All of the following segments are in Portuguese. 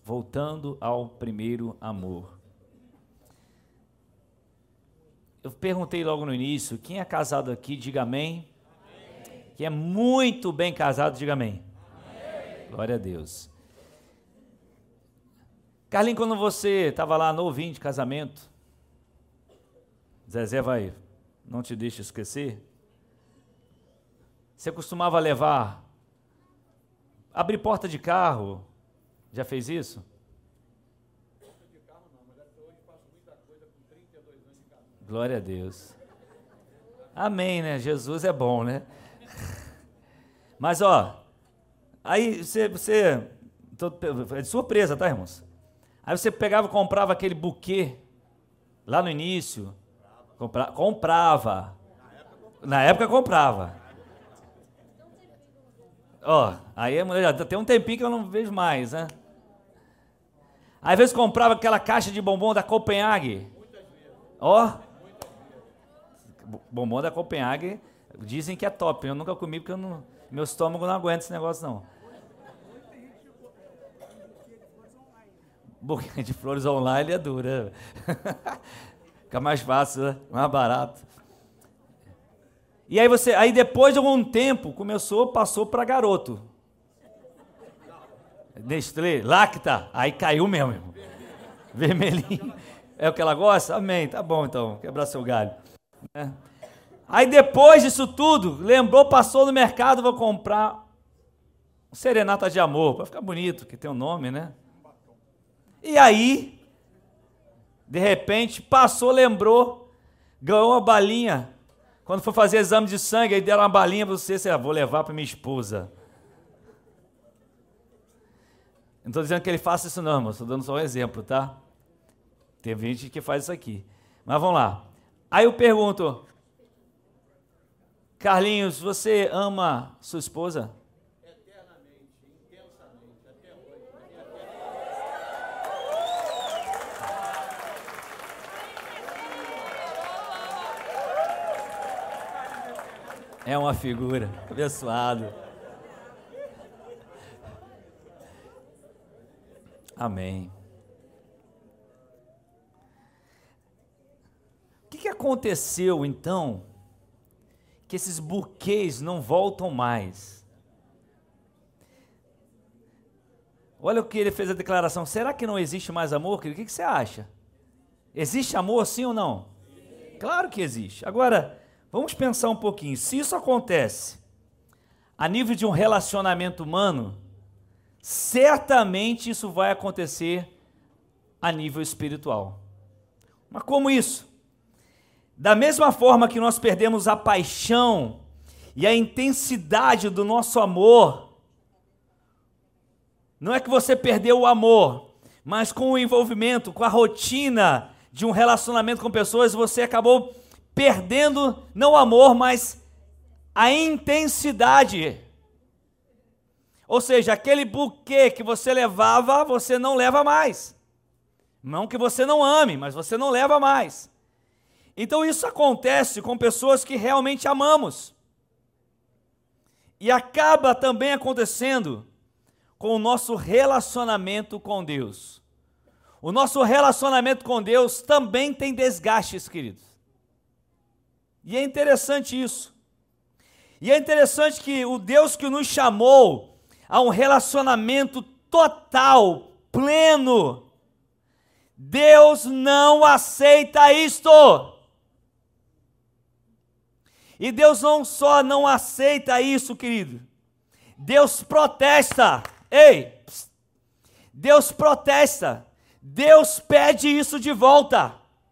Voltando ao primeiro amor. Eu perguntei logo no início, quem é casado aqui, diga amém. Amém. Quem é muito bem casado, diga amém. Amém. Glória a Deus. Carlinhos, quando você estava lá novinho de casamento, Zezé vai, não te deixa esquecer, você costumava levar, abrir porta de carro, já fez isso? Porta de carro não, mas até hoje faço muita coisa com 32 anos de casamento. Glória a Deus. Amém, né? Jesus é bom, né? Mas, ó, aí é de surpresa, tá, irmãos? Aí você pegava e comprava aquele buquê, lá no início, comprava. Na época comprava. Ó, aí a mulher já tem um tempinho que eu não vejo mais, né? Aí, às vezes comprava aquela caixa de bombom da Copenhague. Ó, bombom da Copenhague, dizem que é top. Eu nunca comi porque meu estômago não aguenta esse negócio, não. Buquê de flores online é dura. Fica mais fácil, né? Mais barato. E aí depois de algum tempo, passou para garoto. Nestlé, Lacta, aí caiu mesmo, irmão. Vermelhinho. É o que ela gosta? Amém, tá bom então, quebrar seu galho. Aí depois disso tudo, lembrou, passou no mercado, vou comprar um serenata de amor, para ficar bonito, que tem um nome, né? E aí, de repente, passou, lembrou, ganhou uma balinha. Quando for fazer exame de sangue, aí deram uma balinha para você, vou levar para minha esposa. Não estou dizendo que ele faça isso não, irmão, estou dando só um exemplo, tá? Tem gente que faz isso aqui. Mas vamos lá. Aí eu pergunto, Carlinhos, você ama sua esposa? É uma figura, abençoado. Amém. O que aconteceu, então, que esses buquês não voltam mais? Olha o que ele fez a declaração. Será que não existe mais amor, querido? O que você acha? Existe amor, sim ou não? Sim. Claro que existe. Agora, vamos pensar um pouquinho. Se isso acontece a nível de um relacionamento humano, certamente isso vai acontecer a nível espiritual. Mas como isso? Da mesma forma que nós perdemos a paixão e a intensidade do nosso amor, não é que você perdeu o amor, mas com o envolvimento, com a rotina de um relacionamento com pessoas, você acabou perdendo não o amor, mas a intensidade. Ou seja, aquele buquê que você levava, você não leva mais. Não que você não ame, mas você não leva mais. Então isso acontece com pessoas que realmente amamos. E acaba também acontecendo com o nosso relacionamento com Deus. O nosso relacionamento com Deus também tem desgastes, queridos. E é interessante isso. E é interessante que o Deus que nos chamou a um relacionamento total, pleno, Deus não aceita isto. E Deus não só não aceita isso, querido. Deus protesta. Ei! Deus protesta. Deus pede isso de volta.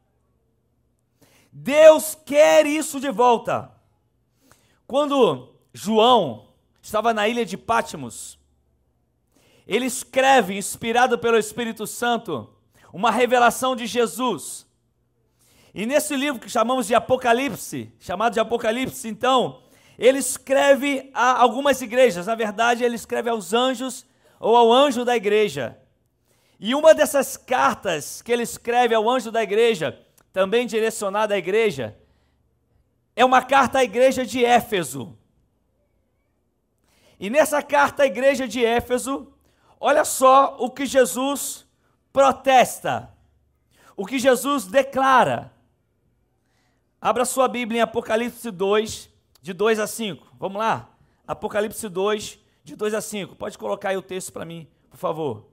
Deus quer isso de volta. Quando João estava na ilha de Patmos, ele escreve, inspirado pelo Espírito Santo, uma revelação de Jesus. E nesse livro que chamamos de Apocalipse, chamado de Apocalipse, então, ele escreve a algumas igrejas. Na verdade, ele escreve aos anjos ou ao anjo da igreja. E uma dessas cartas que ele escreve ao anjo da igreja, também direcionada à igreja, é uma carta à igreja de Éfeso. E nessa carta à igreja de Éfeso, olha só o que Jesus protesta, o que Jesus declara. Abra sua Bíblia em Apocalipse 2, de 2 a 5. Vamos lá? Apocalipse 2, de 2 a 5. Pode colocar aí o texto para mim, por favor.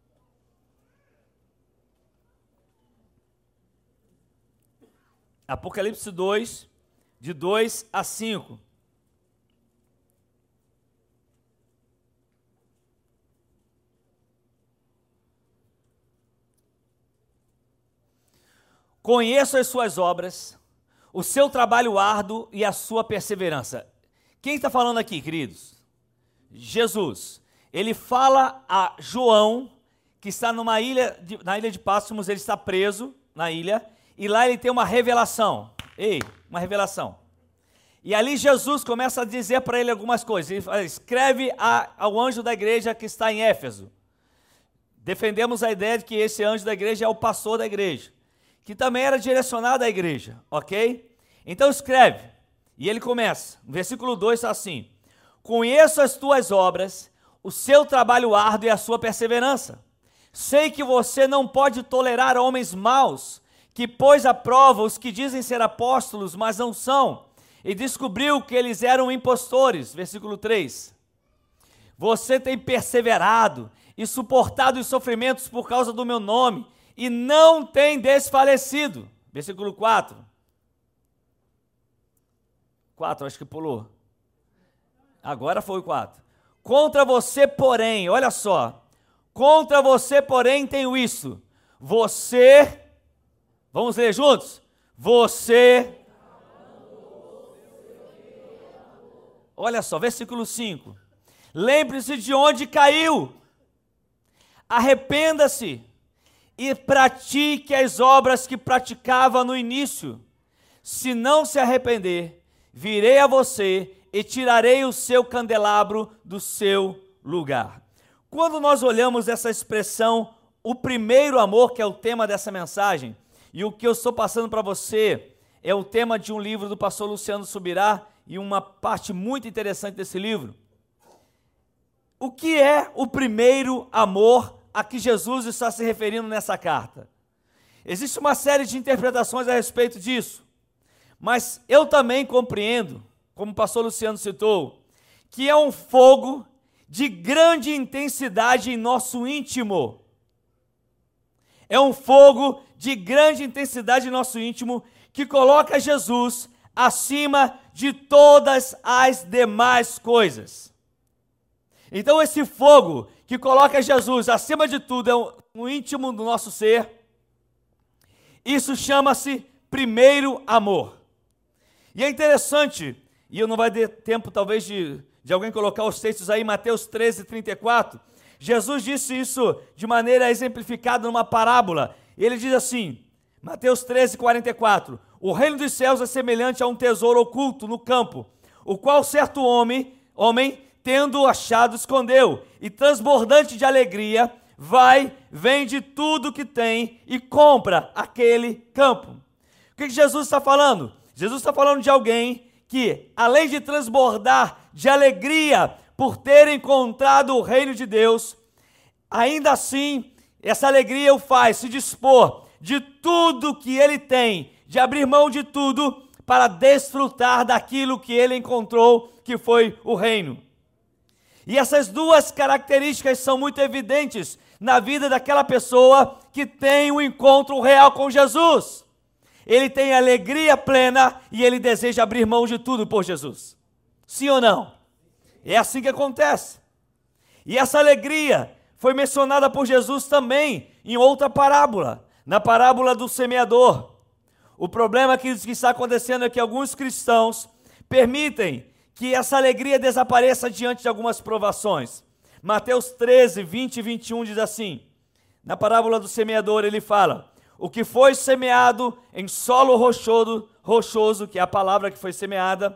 Apocalipse 2, de 2 a 5. Conheço as suas obras, o seu trabalho árduo e a sua perseverança. Quem está falando aqui, queridos? Jesus. Ele fala a João, que está na ilha de Patmos, ele está preso na ilha, e lá ele tem uma revelação. Uma revelação. E ali Jesus começa a dizer para ele algumas coisas. Ele fala, escreve ao anjo da igreja que está em Éfeso. Defendemos a ideia de que esse anjo da igreja é o pastor da igreja, que também era direcionado à igreja, ok? Então escreve, e ele começa, no versículo 2 está assim: conheço as tuas obras, o seu trabalho árduo e a sua perseverança. Sei que você não pode tolerar homens maus, que pôs à prova os que dizem ser apóstolos, mas não são, e descobriu que eles eram impostores. Versículo 3. Você tem perseverado e suportado os sofrimentos por causa do meu nome, e não tem desfalecido. Versículo 4. 4, acho que pulou. Agora foi o 4. Contra você, porém, olha só. Contra você, porém, tenho isso. Você, vamos ler juntos? Você, olha só, versículo 5. Lembre-se de onde caiu. Arrependa-se e pratique as obras que praticava no início. Se não se arrepender, virei a você e tirarei o seu candelabro do seu lugar. Quando nós olhamos essa expressão, o primeiro amor, que é o tema dessa mensagem, e o que eu estou passando para você é o tema de um livro do pastor Luciano Subirá, e uma parte muito interessante desse livro. O que é o primeiro amor a que Jesus está se referindo nessa carta? Existe uma série de interpretações a respeito disso, mas eu também compreendo, como o pastor Luciano citou, que é um fogo de grande intensidade em nosso íntimo. É um fogo de grande intensidade em nosso íntimo que coloca Jesus acima de todas as demais coisas. Então esse fogo que coloca Jesus acima de tudo é o íntimo do nosso ser. Isso chama-se primeiro amor. E é interessante, e eu não vai ter tempo talvez de alguém colocar os textos aí, Mateus 13, 34. Jesus disse isso de maneira exemplificada numa parábola. Ele diz assim, Mateus 13, 44. O reino dos céus é semelhante a um tesouro oculto no campo, o qual certo homem, tendo achado, escondeu, e transbordante de alegria, vende tudo que tem e compra aquele campo. O que Jesus está falando? Jesus está falando de alguém que, além de transbordar de alegria por ter encontrado o reino de Deus, ainda assim, essa alegria o faz se dispor de tudo que ele tem, de abrir mão de tudo para desfrutar daquilo que ele encontrou, que foi o reino. E essas duas características são muito evidentes na vida daquela pessoa que tem um encontro real com Jesus. Ele tem alegria plena e ele deseja abrir mão de tudo por Jesus. Sim ou não? É assim que acontece. E essa alegria foi mencionada por Jesus também em outra parábola, na parábola do semeador. O problema que está acontecendo é que alguns cristãos permitem que essa alegria desapareça diante de algumas provações. Mateus 13, 20 e 21 diz assim, na parábola do semeador ele fala, o que foi semeado em solo rochoso, que é a palavra que foi semeada,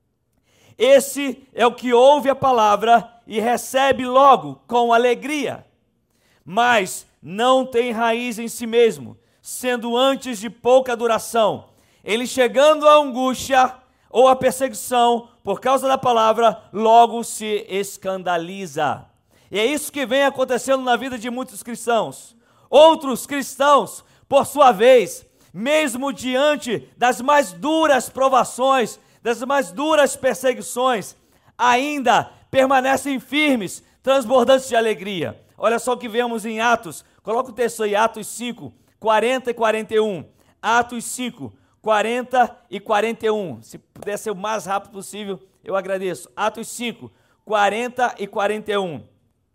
esse é o que ouve a palavra e recebe logo com alegria, mas não tem raiz em si mesmo, sendo antes de pouca duração. Ele chegando à angústia ou à perseguição por causa da palavra, logo se escandaliza. E é isso que vem acontecendo na vida de muitos cristãos. Outros cristãos, por sua vez, mesmo diante das mais duras provações, das mais duras perseguições, ainda permanecem firmes, transbordantes de alegria. Olha só o que vemos em Atos. Coloca o texto aí, Atos 5, 40 e 41. Atos 5, 40 e 41. Se puder ser o mais rápido possível, eu agradeço. Atos 5, 40 e 41.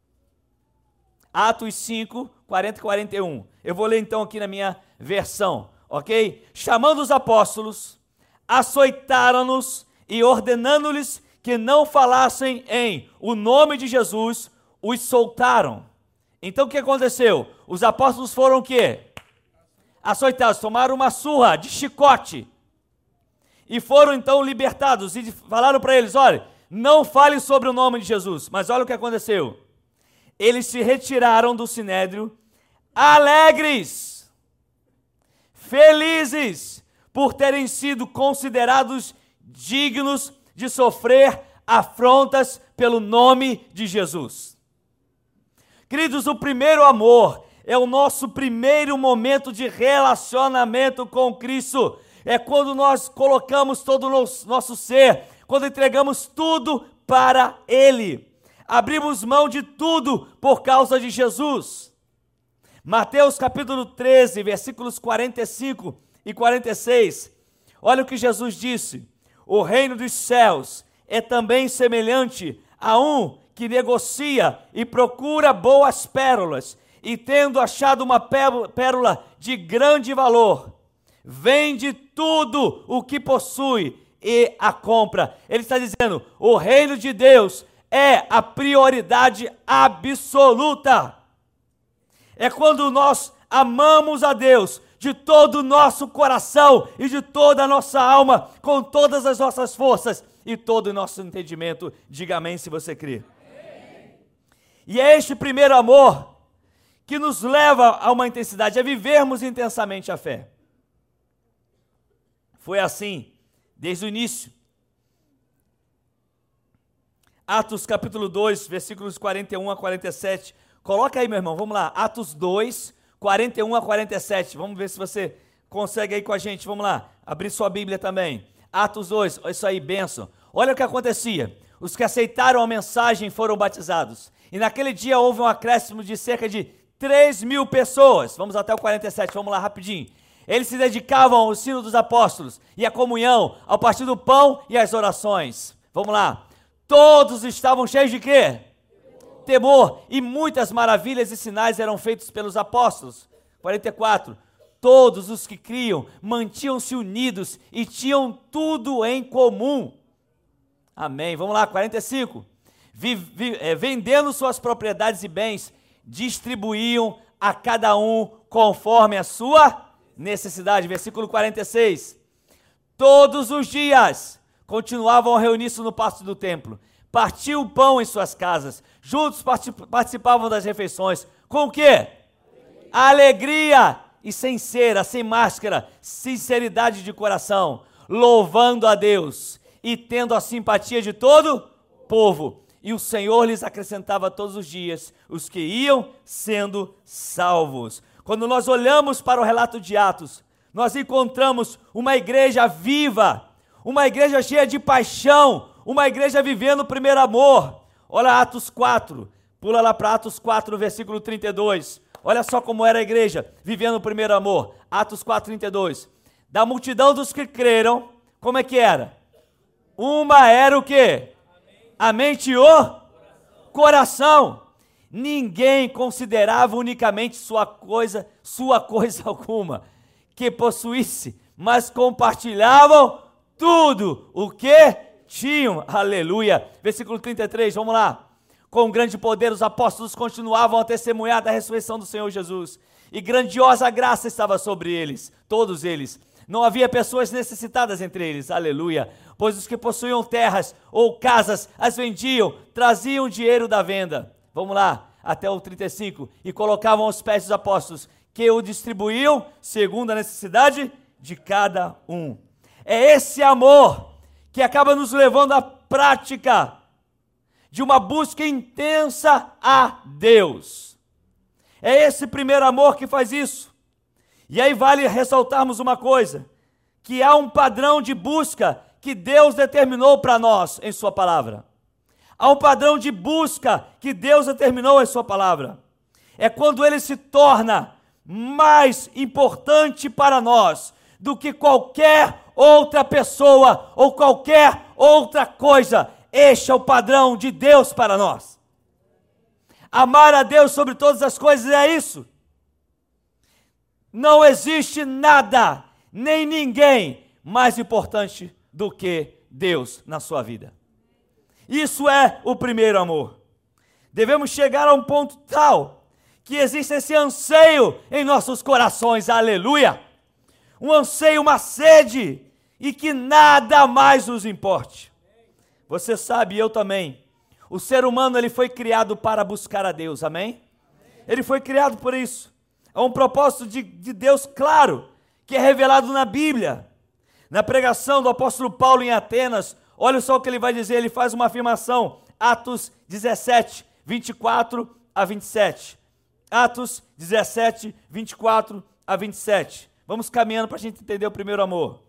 Atos 5, 40 e 41. Eu vou ler então aqui na minha versão, ok? Chamando os apóstolos, açoitaram-nos e ordenando-lhes que não falassem em o nome de Jesus, os soltaram. Então o que aconteceu? Os apóstolos foram o quê? Açoitados, tomaram uma surra de chicote e foram então libertados e falaram para eles, olha, não fale sobre o nome de Jesus. Mas olha o que aconteceu. Eles se retiraram do sinédrio alegres, felizes por terem sido considerados dignos de sofrer afrontas pelo nome de Jesus. Queridos, o primeiro amor é o nosso primeiro momento de relacionamento com Cristo. É quando nós colocamos todo o nosso ser, quando entregamos tudo para Ele. Abrimos mão de tudo por causa de Jesus. Mateus capítulo 13, versículos 45 e 46. Olha o que Jesus disse. O reino dos céus é também semelhante a um que negocia e procura boas pérolas, e tendo achado uma pérola de grande valor, vende tudo o que possui e a compra. Ele está dizendo, o reino de Deus é a prioridade absoluta. É quando nós amamos a Deus de todo o nosso coração e de toda a nossa alma, com todas as nossas forças e todo o nosso entendimento. Diga amém se você crê. E é este primeiro amor que nos leva a uma intensidade, a vivermos intensamente a fé. Foi assim, desde o início. Atos capítulo 2, versículos 41 a 47. Coloca aí, meu irmão, vamos lá. Atos 2, 41 a 47. Vamos ver se você consegue aí com a gente. Vamos lá, abrir sua Bíblia também. Atos 2, isso aí, bênção. Olha o que acontecia. Os que aceitaram a mensagem foram batizados. E naquele dia houve um acréscimo de cerca de 3.000 pessoas. Vamos até o 47, vamos lá rapidinho. Eles se dedicavam ao ensino dos apóstolos e à comunhão, ao partir do pão e às orações. Vamos lá. Todos estavam cheios de quê? Temor. E muitas maravilhas e sinais eram feitos pelos apóstolos. 44. Todos os que criam mantinham-se unidos e tinham tudo em comum. Amém. Vamos lá, 45. Vendendo suas propriedades e bens, distribuíam a cada um conforme a sua necessidade. Versículo 46. Todos os dias continuavam a reunir-se no pátio do templo, partiam o pão em suas casas, juntos participavam das refeições. Com o quê? Alegria e sem cera, sem máscara, sinceridade de coração, louvando a Deus e tendo a simpatia de todo o povo. E o Senhor lhes acrescentava todos os dias os que iam sendo salvos. Quando nós olhamos para o relato de Atos, nós encontramos uma igreja viva, uma igreja cheia de paixão, uma igreja vivendo o primeiro amor. Olha Atos 4, pula lá para Atos 4, versículo 32. Olha só como era a igreja vivendo o primeiro amor. Atos 4, 32. Da multidão dos que creram, como é que era? Uma era o quê? A mente e o coração. Ninguém considerava unicamente sua coisa alguma que possuísse, mas compartilhavam tudo o que tinham. Aleluia. Versículo 33, vamos lá. Com grande poder os apóstolos continuavam a testemunhar da ressurreição do Senhor Jesus, e grandiosa graça estava sobre eles, todos eles. Não havia pessoas necessitadas entre eles, aleluia, pois os que possuíam terras ou casas as vendiam, traziam dinheiro da venda. Vamos lá, até o 35, e colocavam aos pés dos apóstolos, que o distribuíam segundo a necessidade de cada um. É esse amor que acaba nos levando à prática de uma busca intensa a Deus. É esse primeiro amor que faz isso. E aí vale ressaltarmos uma coisa, que há um padrão de busca que Deus determinou para nós em sua palavra. Há um padrão de busca que Deus determinou em sua palavra. É quando ele se torna mais importante para nós do que qualquer outra pessoa ou qualquer outra coisa. Este é o padrão de Deus para nós. Amar a Deus sobre todas as coisas é isso. Não existe nada, nem ninguém mais importante do que Deus na sua vida. Isso é o primeiro amor. Devemos chegar a um ponto tal que existe esse anseio em nossos corações, aleluia! Um anseio, uma sede, e que nada mais nos importe. Você sabe, eu também, o ser humano ele foi criado para buscar a Deus, amém? Ele foi criado por isso. É um propósito de Deus claro, que é revelado na Bíblia. Na pregação do apóstolo Paulo em Atenas, olha só o que ele vai dizer, ele faz uma afirmação, Atos 17, 24 a 27. Atos 17, 24 a 27. Vamos caminhando para a gente entender o primeiro amor.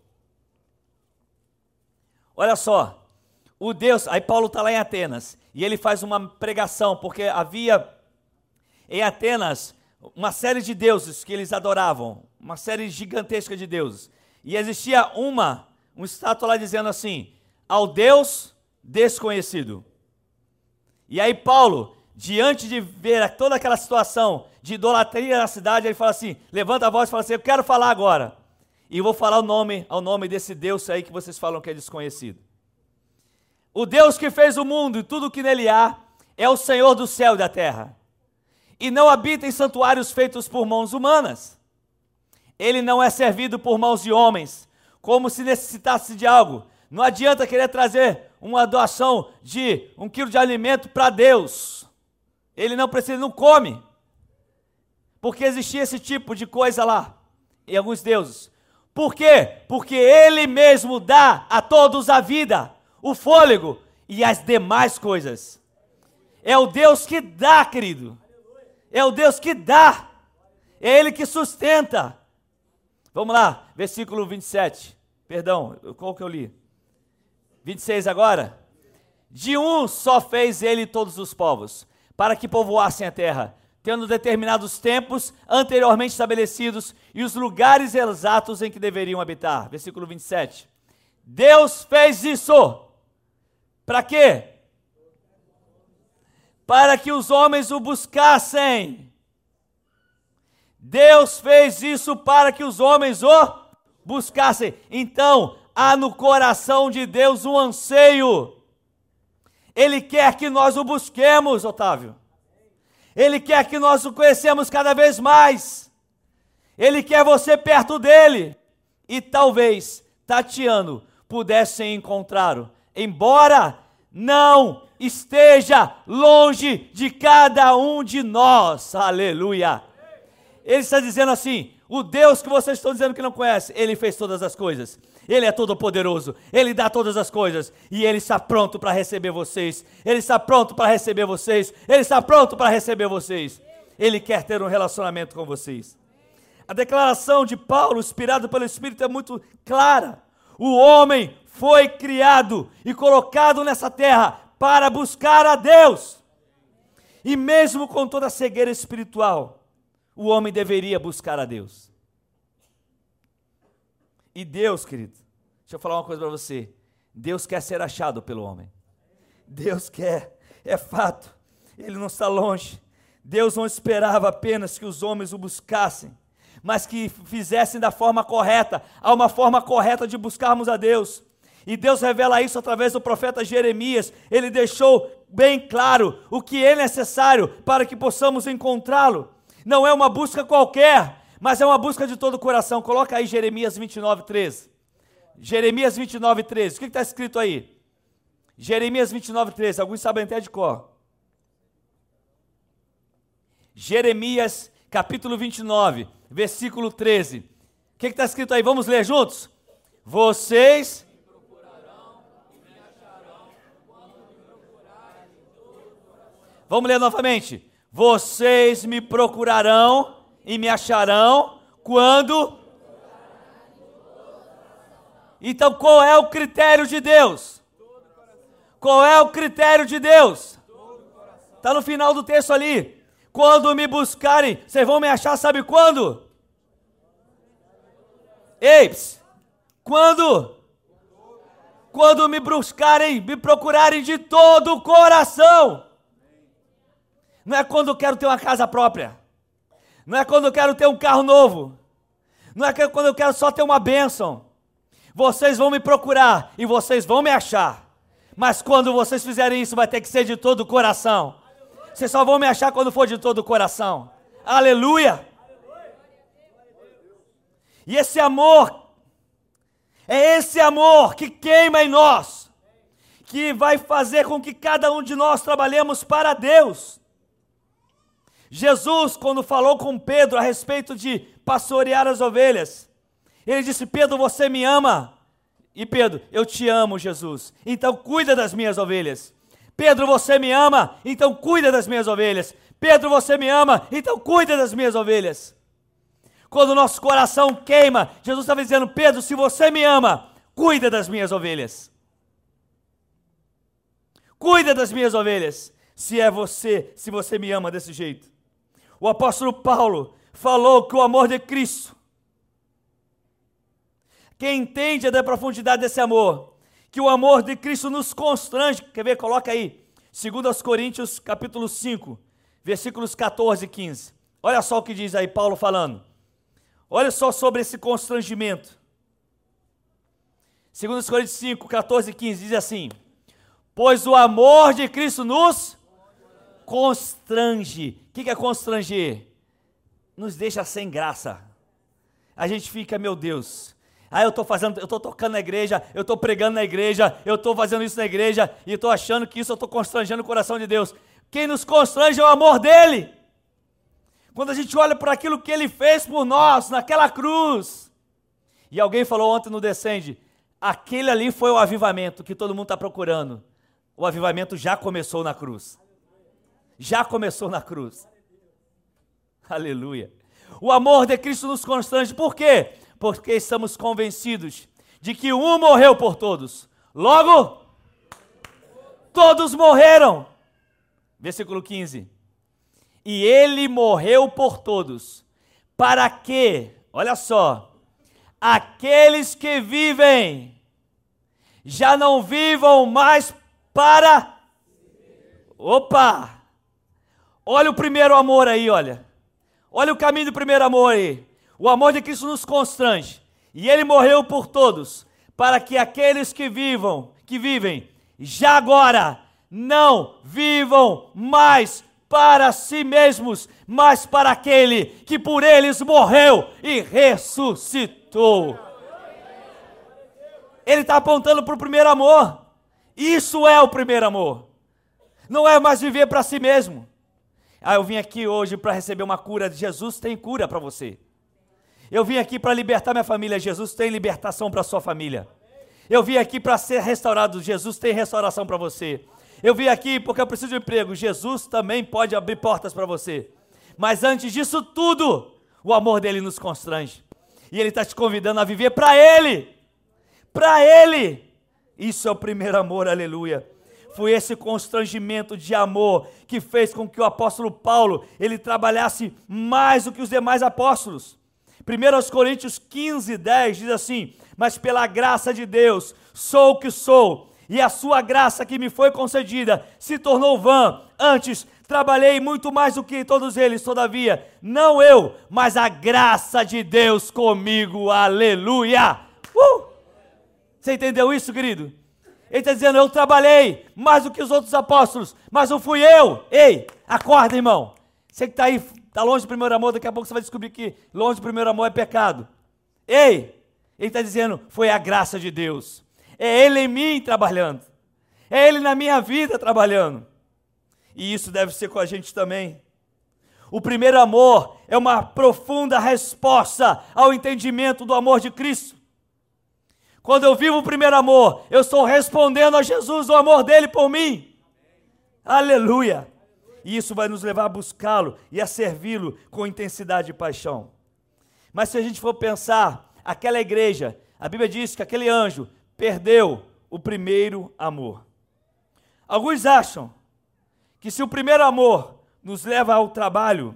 Olha só, o Deus, aí Paulo está lá em Atenas, e ele faz uma pregação, porque havia em Atenas uma série de deuses que eles adoravam, uma série gigantesca de deuses. E existia uma estátua lá dizendo assim, ao Deus desconhecido. E aí Paulo, diante de ver toda aquela situação de idolatria na cidade, ele fala assim, levanta a voz e fala assim, eu quero falar agora. E eu vou falar ao nome desse Deus aí que vocês falam que é desconhecido. O Deus que fez o mundo e tudo que nele há, é o Senhor do céu e da terra. E não habita em santuários feitos por mãos humanas. Ele não é servido por mãos de homens, como se necessitasse de algo. Não adianta querer trazer uma doação de 1 quilo de alimento para Deus. Ele não precisa, ele não come. Porque existia esse tipo de coisa lá, em alguns deuses. Por quê? Porque ele mesmo dá a todos a vida, o fôlego e as demais coisas. É o Deus que dá, querido. É o Deus que dá. É ele que sustenta. Vamos lá, versículo 27. Perdão, qual que eu li? 26 agora. De um só fez ele todos os povos, para que povoassem a terra, tendo determinados tempos anteriormente estabelecidos e os lugares exatos em que deveriam habitar. Versículo 27. Deus fez isso. Para quê? Para que os homens o buscassem. Deus fez isso para que os homens o buscassem. Então, há no coração de Deus um anseio. Ele quer que nós o busquemos, Otávio. Ele quer que nós o conhecemos cada vez mais. Ele quer você perto dele. E talvez, tateando, pudessem encontrá-lo. Embora não esteja longe de cada um de nós. Aleluia. Ele está dizendo assim, o Deus que vocês estão dizendo que não conhece, ele fez todas as coisas. Ele é todo poderoso, ele dá todas as coisas e ele está pronto para receber vocês. Ele está pronto para receber vocês. Ele está pronto para receber vocês. Ele quer ter um relacionamento com vocês. A declaração de Paulo, inspirada pelo Espírito, é muito clara. O homem foi criado e colocado nessa terra para buscar a Deus. E mesmo com toda a cegueira espiritual, o homem deveria buscar a Deus. E Deus, querido, deixa eu falar uma coisa para você. Deus quer ser achado pelo homem. Deus quer, é fato. Ele não está longe. Deus não esperava apenas que os homens o buscassem, mas que fizessem da forma correta. Há uma forma correta de buscarmos a Deus. E Deus revela isso através do profeta Jeremias. Ele deixou bem claro o que é necessário para que possamos encontrá-lo. Não é uma busca qualquer, mas é uma busca de todo o coração. Coloca aí Jeremias 29, 13. Jeremias 29, 13. O que está escrito aí? Jeremias 29, 13. Alguns sabem até de cor. Jeremias, capítulo 29, versículo 13. O que está escrito aí? Vamos ler juntos? Vocês me procurarão e me acharão quando me procurarem de Vamos ler novamente. Vocês me procurarão e me acharão quando... Então qual é o critério de Deus? Qual é o critério de Deus? Está no final do texto ali. Quando me buscarem, vocês vão me achar, sabe quando? Ei, quando? Quando me buscarem, me procurarem de todo o coração. Não é quando eu quero ter uma casa própria. Não é quando eu quero ter um carro novo. Não é quando eu quero só ter uma bênção. Vocês vão me procurar e vocês vão me achar. Mas quando vocês fizerem isso, vai ter que ser de todo o coração. Vocês só vão me achar quando for de todo o coração. Aleluia! E esse amor, é esse amor que queima em nós, que vai fazer com que cada um de nós trabalhemos para Deus. Jesus, quando falou com Pedro a respeito de pastorear as ovelhas, ele disse: Pedro, você me ama? E Pedro: eu te amo, Jesus, então cuida das minhas ovelhas. Pedro, você me ama? Então cuida das minhas ovelhas. Pedro, você me ama? Então cuida das minhas ovelhas. Quando o nosso coração queima, Jesus estava dizendo: Pedro, se você me ama, cuida das minhas ovelhas. Cuida das minhas ovelhas, se você me ama desse jeito. O apóstolo Paulo falou que o amor de Cristo, quem entende da profundidade desse amor, que o amor de Cristo nos constrange. Quer ver? Coloca aí, 2 Coríntios capítulo 5, versículos 14 e 15. Olha só o que diz aí Paulo falando. Olha só sobre esse constrangimento. 2 Coríntios 5, 14 e 15 diz assim: pois o amor de Cristo nos constrange. O que é constranger? Nos deixa sem graça. A gente fica, meu Deus, eu estou tocando na igreja, eu estou pregando na igreja, eu estou fazendo isso na igreja, e estou achando que isso eu estou constrangendo o coração de Deus. Quem nos constrange é o amor dele. Quando a gente olha por aquilo que ele fez por nós, naquela cruz. E alguém falou ontem no Descende, aquele ali foi o avivamento que todo mundo está procurando. O avivamento já começou na cruz. Já começou na cruz. Aleluia. O amor de Cristo nos constrange. Por quê? Porque estamos convencidos de que um morreu por todos. Logo, todos morreram. Versículo 15. E ele morreu por todos, para que, olha só, aqueles que vivem já não vivam mais para... Opa! Olha o primeiro amor aí, olha. Olha o caminho do primeiro amor aí. O amor de Cristo nos constrange. E ele morreu por todos, para que aqueles que vivem, já agora, não vivam mais para si mesmos, mas para aquele que por eles morreu e ressuscitou. Ele está apontando para o primeiro amor. Isso é o primeiro amor. Não é mais viver para si mesmo. Eu vim aqui hoje para receber uma cura. Jesus tem cura para você. Eu vim aqui para libertar minha família. Jesus tem libertação para a sua família. Eu vim aqui para ser restaurado. Jesus tem restauração para você. Eu vim aqui porque eu preciso de um emprego. Jesus também pode abrir portas para você. Mas antes disso tudo, o amor dele nos constrange. E ele está te convidando a viver para ele. Para ele. Isso é o primeiro amor, aleluia. Foi esse constrangimento de amor que fez com que o apóstolo Paulo, ele trabalhasse mais do que os demais apóstolos. 1 Coríntios 15, 10 diz assim: mas pela graça de Deus sou o que sou, e a sua graça que me foi concedida se tornou vã. Antes trabalhei muito mais do que todos eles, todavia, não eu, mas a graça de Deus comigo, aleluia. Você entendeu isso, querido? Ele está dizendo: eu trabalhei mais do que os outros apóstolos, mas não fui eu. Ei, acorda, irmão. Você que está aí, está longe do primeiro amor, daqui a pouco você vai descobrir que longe do primeiro amor é pecado. Ei, ele está dizendo: foi a graça de Deus. É Ele em mim trabalhando. É Ele na minha vida trabalhando. E isso deve ser com a gente também. O primeiro amor é uma profunda resposta ao entendimento do amor de Cristo. Quando eu vivo o primeiro amor, eu estou respondendo a Jesus, o amor dele por mim. Aleluia. E isso vai nos levar a buscá-lo e a servi-lo com intensidade e paixão. Mas se a gente for pensar, aquela igreja, a Bíblia diz que aquele anjo perdeu o primeiro amor. Alguns acham que se o primeiro amor nos leva ao trabalho,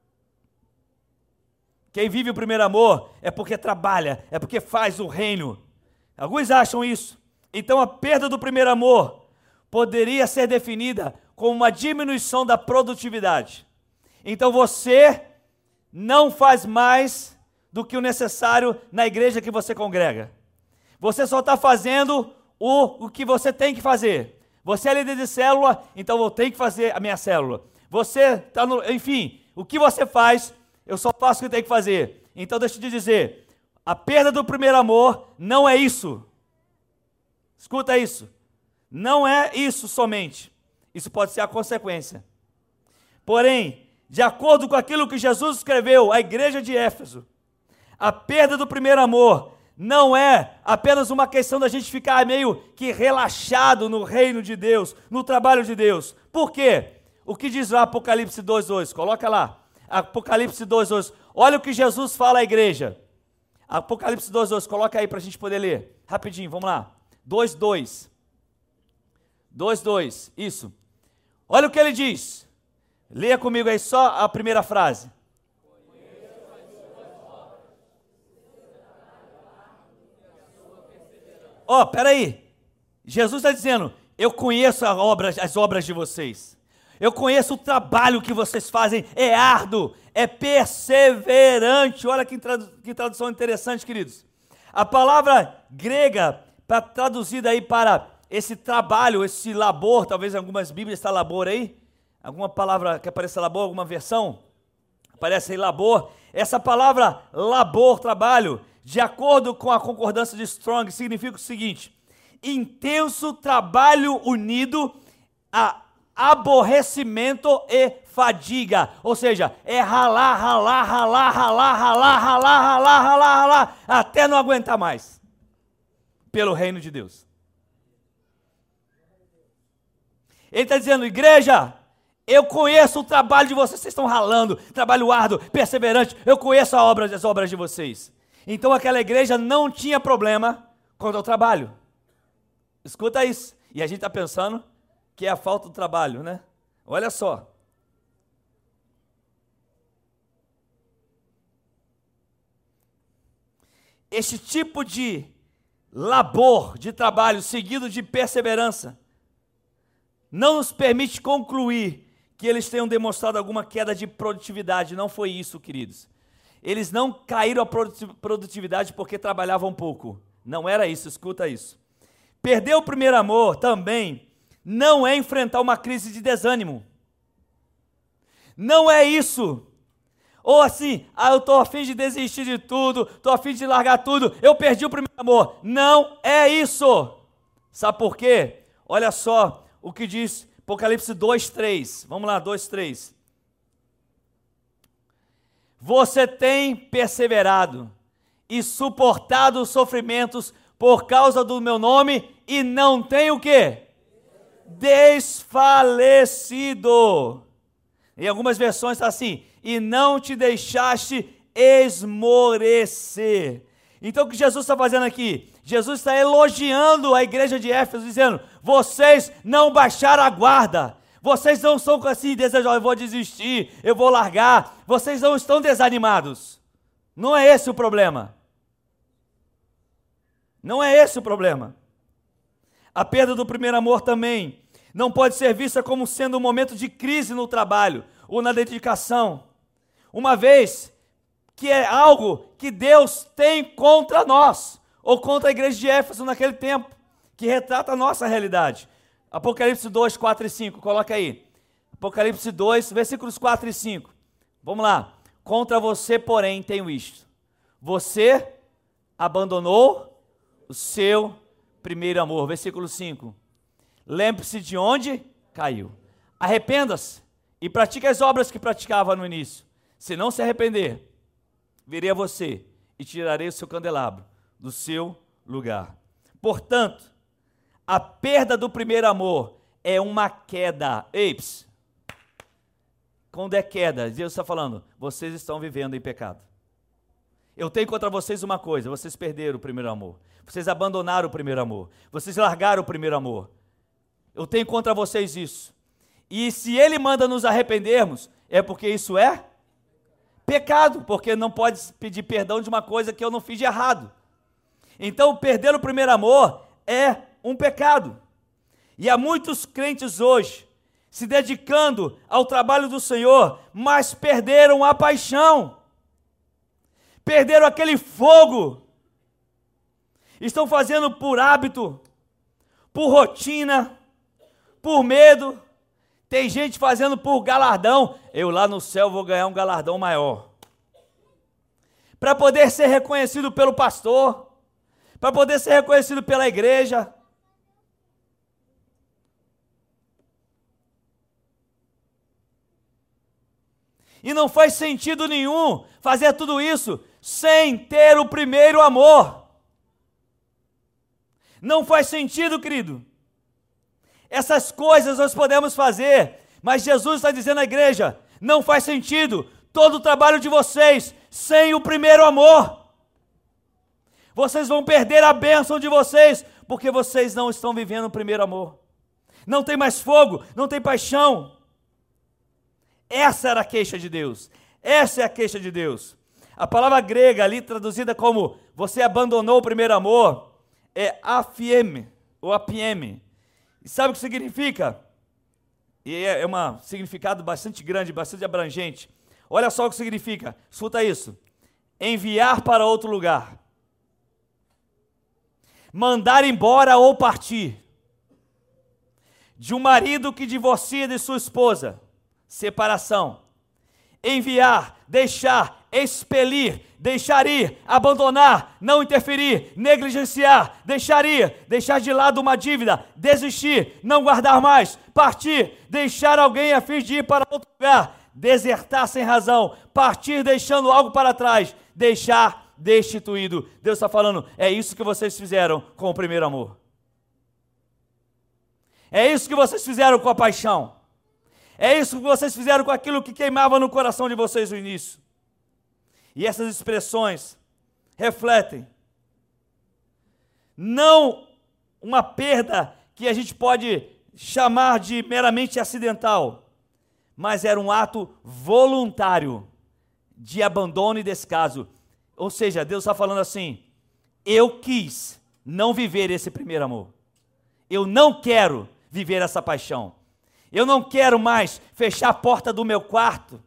quem vive o primeiro amor é porque trabalha, é porque faz o reino. Alguns acham isso. Então a perda do primeiro amor poderia ser definida como uma diminuição da produtividade. Então você não faz mais do que o necessário na igreja que você congrega. Você só está fazendo o que você tem que fazer. Você é líder de célula, então eu tenho que fazer a minha célula. Você está enfim, o que você faz, eu só faço o que eu tenho que fazer. Então deixa eu te dizer, a perda do primeiro amor não é isso. Escuta isso. Não é isso somente. Isso pode ser a consequência. Porém, de acordo com aquilo que Jesus escreveu à igreja de Éfeso, a perda do primeiro amor não é apenas uma questão da gente ficar meio que relaxado no reino de Deus, no trabalho de Deus. Por quê? O que diz lá Apocalipse 2:2? Coloca lá. Apocalipse 2:2. Olha o que Jesus fala à igreja. Apocalipse 2:2. Coloca aí para a gente poder ler. Rapidinho, vamos lá. 2:2. 2:2. Isso. Olha o que ele diz. Leia comigo aí só a primeira frase. Peraí. Jesus está dizendo, eu conheço as obras de vocês. Eu conheço o trabalho que vocês fazem. É árduo, é perseverante. Olha que tradução interessante, queridos. A palavra grega, traduzida aí para esse trabalho, esse labor, talvez em algumas bíblias está labor aí. Alguma palavra que apareça labor, alguma versão? Aparece aí labor. Essa palavra labor, trabalho, de acordo com a concordância de Strong, significa o seguinte: intenso trabalho unido a aborrecimento e fadiga. Ou seja, é ralar, até não aguentar mais. Pelo reino de Deus. Ele está dizendo, igreja, eu conheço o trabalho de vocês estão ralando, trabalho árduo, perseverante, eu conheço as obras de vocês. Então aquela igreja não tinha problema quanto ao trabalho. Escuta isso. E a gente está pensando que é a falta do trabalho, né? Olha só. Este tipo de labor, de trabalho, seguido de perseverança, não nos permite concluir que eles tenham demonstrado alguma queda de produtividade. Não foi isso, queridos. Eles não caíram a produtividade porque trabalhavam pouco. Não era isso, escuta isso. Perder o primeiro amor também não é enfrentar uma crise de desânimo. Não é isso. Ou assim, eu estou a fim de desistir de tudo, estou a fim de largar tudo, eu perdi o primeiro amor. Não é isso. Sabe por quê? Olha só o que diz Apocalipse 2:3. Vamos lá, 2:3. Você tem perseverado e suportado os sofrimentos por causa do meu nome e não tem o quê? Desfalecido. Em algumas versões está assim, e não te deixaste esmorecer. Então o que Jesus está fazendo aqui? Jesus está elogiando a igreja de Éfeso, dizendo, vocês não baixaram a guarda, vocês não são assim desejosos, eu vou desistir, eu vou largar, vocês não estão desanimados. Não é esse o problema. Não é esse o problema. A perda do primeiro amor também não pode ser vista como sendo um momento de crise no trabalho ou na dedicação, uma vez que é algo que Deus tem contra nós, ou contra a igreja de Éfeso naquele tempo, que retrata a nossa realidade. Apocalipse 2, 4 e 5, coloca aí. Apocalipse 2, versículos 4 e 5. Vamos lá. Contra você, porém, tenho isto. Você abandonou o seu primeiro amor. Versículo 5. Lembre-se de onde caiu. Arrependa-se e pratique as obras que praticava no início. Se não se arrepender, virei a você e tirarei o seu candelabro do seu lugar. Portanto, a perda do primeiro amor é uma queda. quando é queda, Deus está falando, vocês estão vivendo em pecado. Eu tenho contra vocês uma coisa, vocês perderam o primeiro amor. Vocês abandonaram o primeiro amor. Vocês largaram o primeiro amor. Eu tenho contra vocês isso. E se Ele manda nos arrependermos, é porque isso é pecado, porque não pode pedir perdão de uma coisa que eu não fiz de errado. Então, perder o primeiro amor é um pecado. E há muitos crentes hoje se dedicando ao trabalho do Senhor, mas perderam a paixão. Perderam aquele fogo. Estão fazendo por hábito, por rotina, por medo. Tem gente fazendo por galardão. Eu lá no céu vou ganhar um galardão maior. Para poder ser reconhecido pelo pastor, para poder ser reconhecido pela igreja. E não faz sentido nenhum fazer tudo isso sem ter o primeiro amor. Não faz sentido, querido. Essas coisas nós podemos fazer, mas Jesus está dizendo à igreja, não faz sentido todo o trabalho de vocês sem o primeiro amor. Vocês vão perder a bênção de vocês, porque vocês não estão vivendo o primeiro amor. Não tem mais fogo, não tem paixão. Essa era a queixa de Deus. Essa é a queixa de Deus. A palavra grega ali traduzida como você abandonou o primeiro amor é afieme, ou apieme. E sabe o que significa? E é um significado bastante grande, bastante abrangente. Olha só o que significa. Escuta isso. Enviar para outro lugar. Mandar embora ou partir. De um marido que divorcia de sua esposa. Separação. Enviar, deixar, expelir, deixar ir, abandonar, não interferir, negligenciar, deixar ir, deixar de lado uma dívida, desistir, não guardar mais, partir, deixar alguém a fim de ir para outro lugar, desertar sem razão, partir deixando algo para trás, deixar destituído. Deus está falando, é isso que vocês fizeram com o primeiro amor. É isso que vocês fizeram com a paixão. É isso que vocês fizeram com aquilo que queimava no coração de vocês no início. E essas expressões refletem não uma perda que a gente pode chamar de meramente acidental, mas era um ato voluntário de abandono e descaso. Ou seja, Deus está falando assim, eu quis não viver esse primeiro amor. Eu não quero viver essa paixão. Eu não quero mais fechar a porta do meu quarto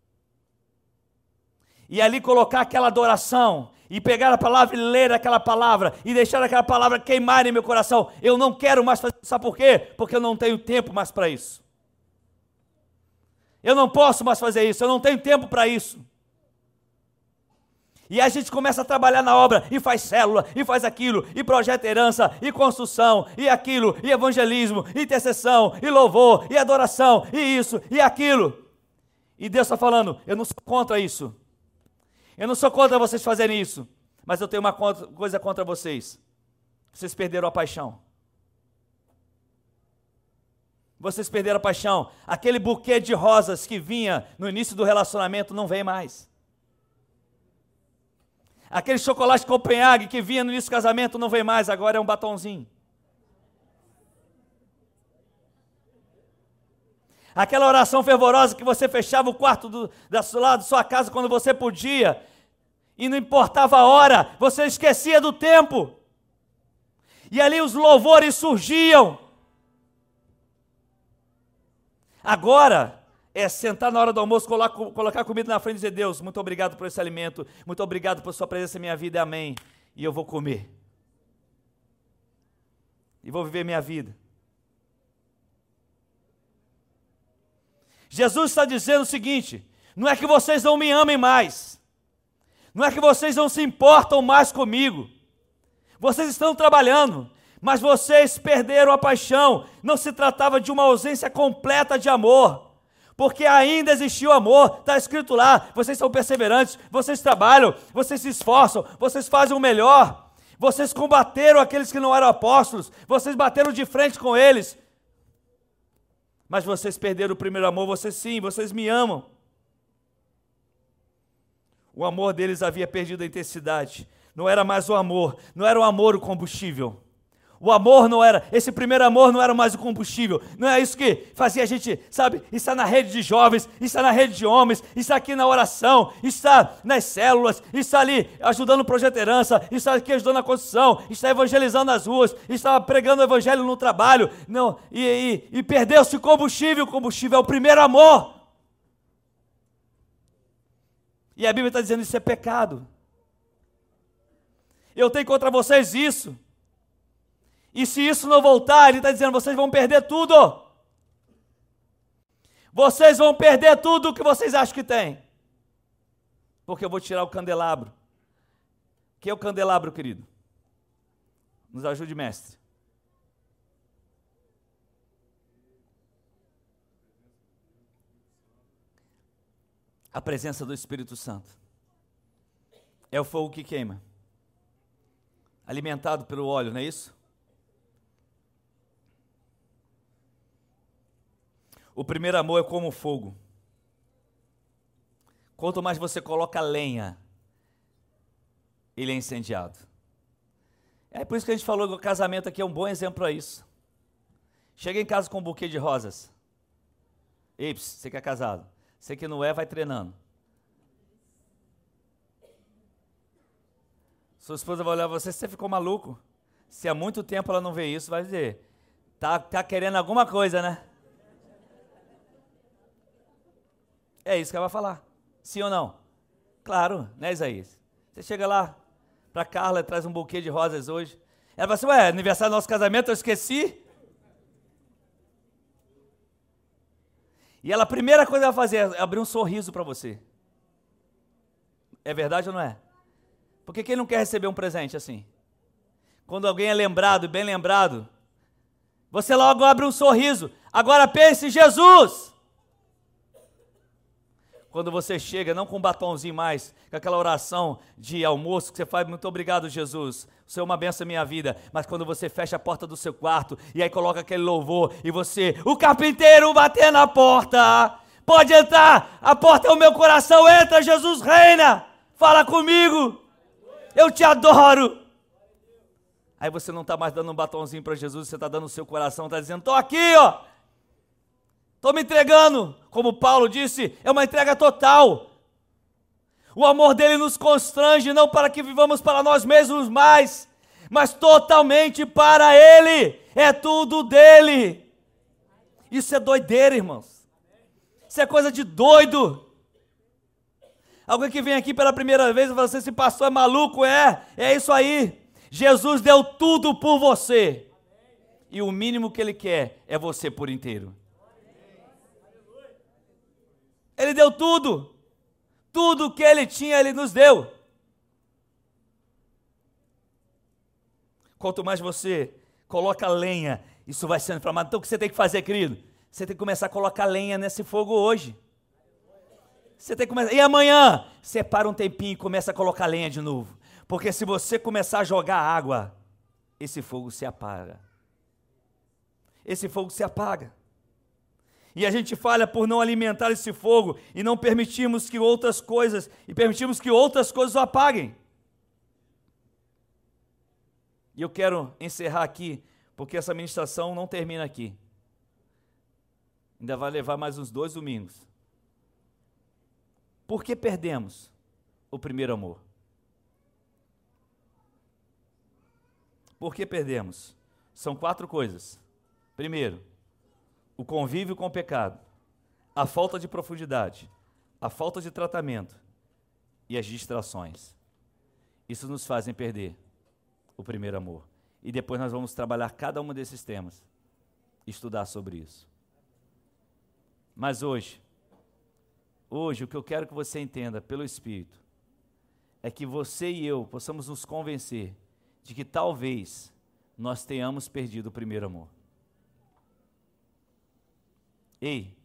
e ali colocar aquela adoração e pegar a palavra e ler aquela palavra e deixar aquela palavra queimar em meu coração. Eu não quero mais fazer isso. Sabe por quê? Porque eu não tenho tempo mais para isso. Eu não posso mais fazer isso, eu não tenho tempo para isso. E a gente começa a trabalhar na obra, e faz célula, e faz aquilo, e projeta herança, e construção, e aquilo, e evangelismo, e intercessão, e louvor, e adoração, e isso, e aquilo. E Deus está falando, eu não sou contra isso. Eu não sou contra vocês fazerem isso. Mas eu tenho uma coisa contra vocês. Vocês perderam a paixão. Vocês perderam a paixão. Aquele buquê de rosas que vinha no início do relacionamento não vem mais. Aquele chocolate Copenhague que vinha no início do casamento não vem mais, agora é um batonzinho. Aquela oração fervorosa que você fechava o quarto da sua casa quando você podia, e não importava a hora, você esquecia do tempo. E ali os louvores surgiam. Agora é sentar na hora do almoço, colocar comida na frente e dizer, Deus, muito obrigado por esse alimento, muito obrigado por sua presença em minha vida, amém. E eu vou comer. E vou viver minha vida. Jesus está dizendo o seguinte, não é que vocês não me amem mais, não é que vocês não se importam mais comigo, vocês estão trabalhando, mas vocês perderam a paixão. Não se tratava de uma ausência completa de amor, porque ainda existiu amor, está escrito lá, vocês são perseverantes, vocês trabalham, vocês se esforçam, vocês fazem o melhor, vocês combateram aqueles que não eram apóstolos, vocês bateram de frente com eles. Mas vocês perderam o primeiro amor, vocês me amam. O amor deles havia perdido a intensidade. Não era mais o amor, não era o amor o combustível. O amor não era, esse primeiro amor não era mais o combustível. Não é isso que fazia a gente, sabe, estar na rede de jovens, estar na rede de homens, estar aqui na oração, estar nas células, estar ali ajudando o Projeto Herança, estar aqui ajudando a construção, estar evangelizando nas ruas, estar pregando o evangelho no trabalho. Não, e perdeu-se o combustível é o primeiro amor. E a Bíblia está dizendo isso é pecado. Eu tenho contra vocês isso. E se isso não voltar, ele está dizendo, vocês vão perder tudo. Vocês vão perder tudo o que vocês acham que tem. Porque eu vou tirar o candelabro. O que é o candelabro, querido? Nos ajude, mestre. A presença do Espírito Santo. É o fogo que queima. Alimentado pelo óleo, não é isso? O primeiro amor é como fogo. Quanto mais você coloca lenha, ele é incendiado. É por isso que a gente falou que o casamento aqui é um bom exemplo para isso. Chega em casa com um buquê de rosas. Ei, você que é casado. Você que não é, vai treinando. Sua esposa vai olhar você ficou maluco. Se há muito tempo ela não vê isso, vai dizer, tá querendo alguma coisa, né? É isso que ela vai falar. Sim ou não? Claro, né, Isaías? Você chega lá para Carla e traz um buquê de rosas hoje. Ela fala assim, ué, aniversário do nosso casamento, eu esqueci. E ela, a primeira coisa que ela vai fazer é abrir um sorriso para você. É verdade ou não é? Porque quem não quer receber um presente assim? Quando alguém é lembrado, bem lembrado, você logo abre um sorriso. Agora pense em Jesus. Quando você chega, não com um batonzinho mais, com aquela oração de almoço que você faz, muito obrigado, Jesus, o Senhor é uma benção na minha vida, mas quando você fecha a porta do seu quarto, e aí coloca aquele louvor, e você, o carpinteiro bater na porta, pode entrar, a porta é o meu coração, entra, Jesus reina, fala comigo, eu te adoro. Aí você não está mais dando um batonzinho para Jesus, você está dando o seu coração, está dizendo, estou aqui, ó. Estou me entregando, como Paulo disse, é uma entrega total. O amor dele nos constrange, não para que vivamos para nós mesmos mais, mas totalmente para ele, é tudo dele. Isso é doideira, irmãos. Isso é coisa de doido. Alguém que vem aqui pela primeira vez e fala assim, esse pastor é maluco, é isso aí. Jesus deu tudo por você. E o mínimo que ele quer é você por inteiro. Ele deu tudo. Tudo que ele tinha, ele nos deu. Quanto mais você coloca lenha, isso vai sendo inflamado. Então o que você tem que fazer, querido? Você tem que começar a colocar lenha nesse fogo hoje. Você tem que começar. E amanhã, separa um tempinho e começa a colocar lenha de novo. Porque se você começar a jogar água, esse fogo se apaga. Esse fogo se apaga. E a gente falha por não alimentar esse fogo e não permitirmos que outras coisas, o apaguem. E eu quero encerrar aqui, porque essa ministração não termina aqui. Ainda vai levar mais uns 2 domingos. Por que perdemos o primeiro amor? Por que perdemos? São 4 coisas. Primeiro, o convívio com o pecado, a falta de profundidade, a falta de tratamento e as distrações. Isso nos fazem perder o primeiro amor. E depois nós vamos trabalhar cada um desses temas, estudar sobre isso. Mas hoje, o que eu quero que você entenda pelo Espírito, é que você e eu possamos nos convencer de que talvez nós tenhamos perdido o primeiro amor. Ei,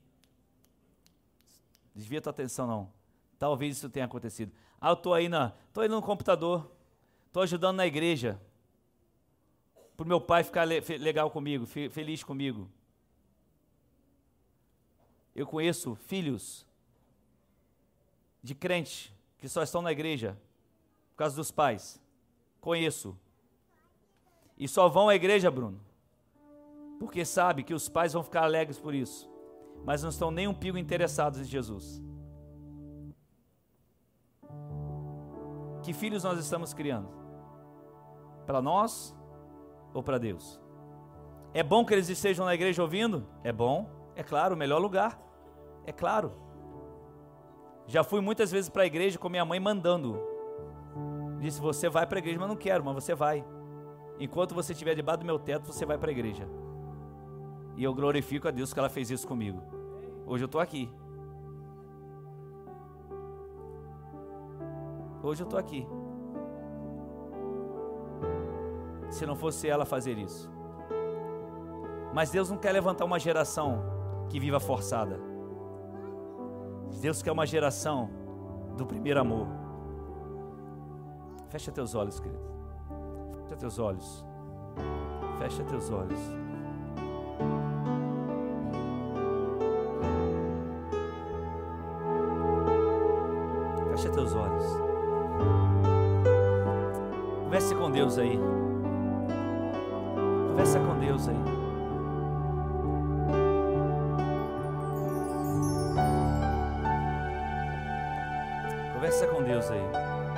desvia tua atenção não, talvez isso tenha acontecido. Eu estou aí no computador, estou ajudando na igreja, para o meu pai ficar legal comigo, feliz comigo. Eu conheço filhos de crente que só estão na igreja por causa dos pais. Conheço. E só vão à igreja, Bruno, porque sabe que os pais vão ficar alegres por isso, mas não estão nem um pingo interessados em Jesus. Que filhos nós estamos criando? Para nós ou para Deus? É bom que eles estejam na igreja ouvindo? É bom, é claro, o melhor lugar, é claro. Já fui muitas vezes para a igreja com minha mãe mandando. Disse, você vai para a igreja, mas não quero, mas você vai. Enquanto você estiver debaixo do meu teto, você vai para a igreja. E eu glorifico a Deus que ela fez isso comigo. Hoje eu estou aqui. Hoje eu estou aqui. Se não fosse ela fazer isso. Mas Deus não quer levantar uma geração que viva forçada. Deus quer uma geração do primeiro amor. Fecha teus olhos, querido. Fecha teus olhos. Fecha teus olhos. Fecha teus olhos. Converse com Deus aí. Conversa com Deus aí. Conversa com Deus aí.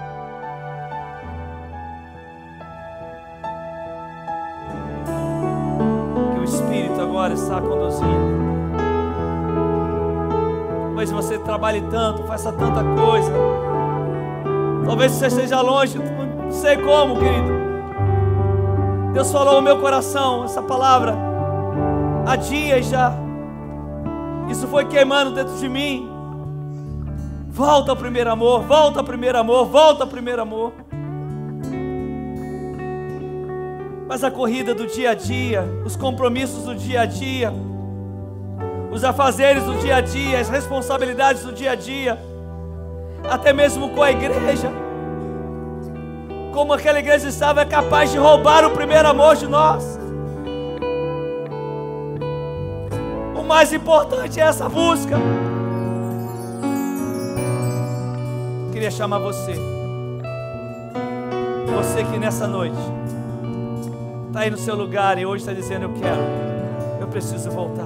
Que o Espírito agora está conduzindo. Talvez você trabalhe tanto, faça tanta coisa. Talvez você esteja longe, não sei como, querido. Deus falou no meu coração essa palavra há dias já. Isso foi queimando dentro de mim. Volta ao primeiro amor, volta ao primeiro amor, volta ao primeiro amor. Mas a corrida do dia a dia, os compromissos do dia a dia, os afazeres do dia a dia, as responsabilidades do dia a dia, até mesmo com a igreja, como aquela igreja estava, é capaz de roubar o primeiro amor de nós. O mais importante é essa busca. Queria chamar você que nessa noite está aí no seu lugar e hoje está dizendo, eu preciso voltar,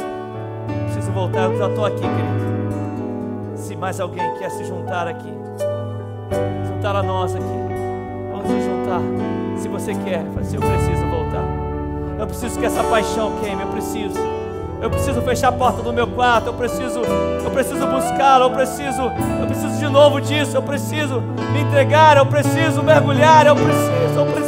eu já estou aqui, querido. Se mais alguém quer se juntar aqui, juntar a nós aqui, vamos se juntar. Se você quer, fala assim, eu preciso voltar, eu preciso que essa paixão queime, eu preciso fechar a porta do meu quarto, eu preciso buscá-la, eu preciso de novo disso, eu preciso me entregar, eu preciso mergulhar, eu preciso